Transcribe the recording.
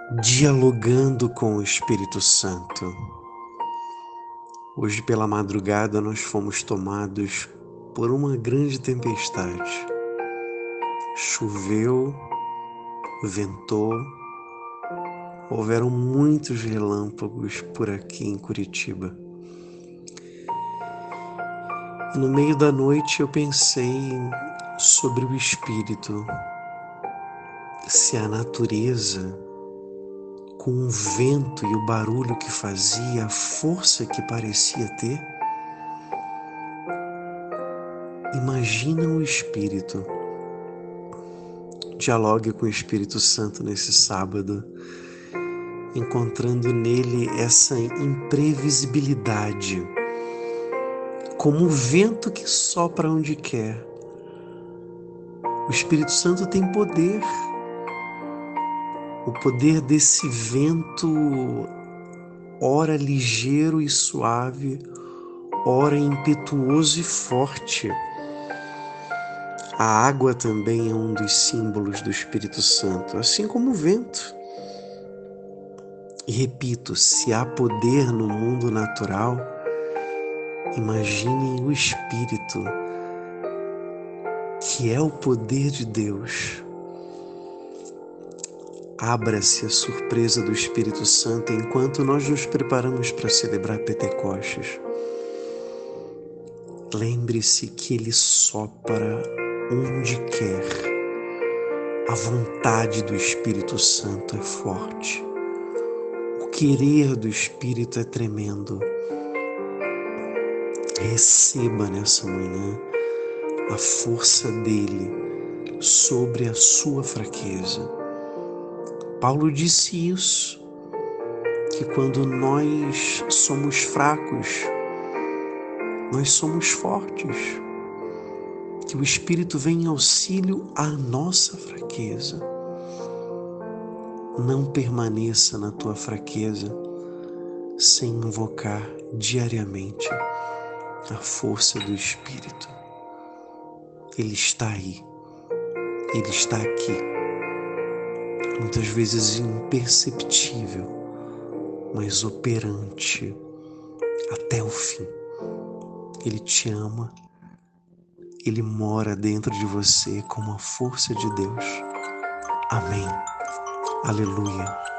Dialogando com o Espírito Santo. Hoje pela madrugada nós fomos tomados por uma grande tempestade. Choveu, ventou, houveram muitos relâmpagos por aqui em Curitiba. E no meio da noite eu pensei sobre o Espírito, se a natureza, com o vento e o barulho que fazia, a força que parecia ter, imagina o Espírito. Dialogue com o Espírito Santo nesse sábado, encontrando nele essa imprevisibilidade, como o vento que sopra onde quer. O Espírito Santo tem poder. O poder desse vento, ora ligeiro e suave, ora impetuoso e forte. A água também é um dos símbolos do Espírito Santo, assim como o vento. E repito, se há poder no mundo natural, imagine o Espírito, que é o poder de Deus. Abra-se a surpresa do Espírito Santo enquanto nós nos preparamos para celebrar Pentecostes. Lembre-se que Ele sopra onde quer. A vontade do Espírito Santo é forte. O querer do Espírito é tremendo. Receba nessa manhã a força dele sobre a sua fraqueza. Paulo disse isso, que quando nós somos fracos, nós somos fortes, que o Espírito vem em auxílio à nossa fraqueza. Não permaneça na tua fraqueza sem invocar diariamente a força do Espírito. Ele está aí, Ele está aqui. Muitas vezes imperceptível, mas operante até o fim. Ele te ama, Ele mora dentro de você como a força de Deus. Amém. Aleluia.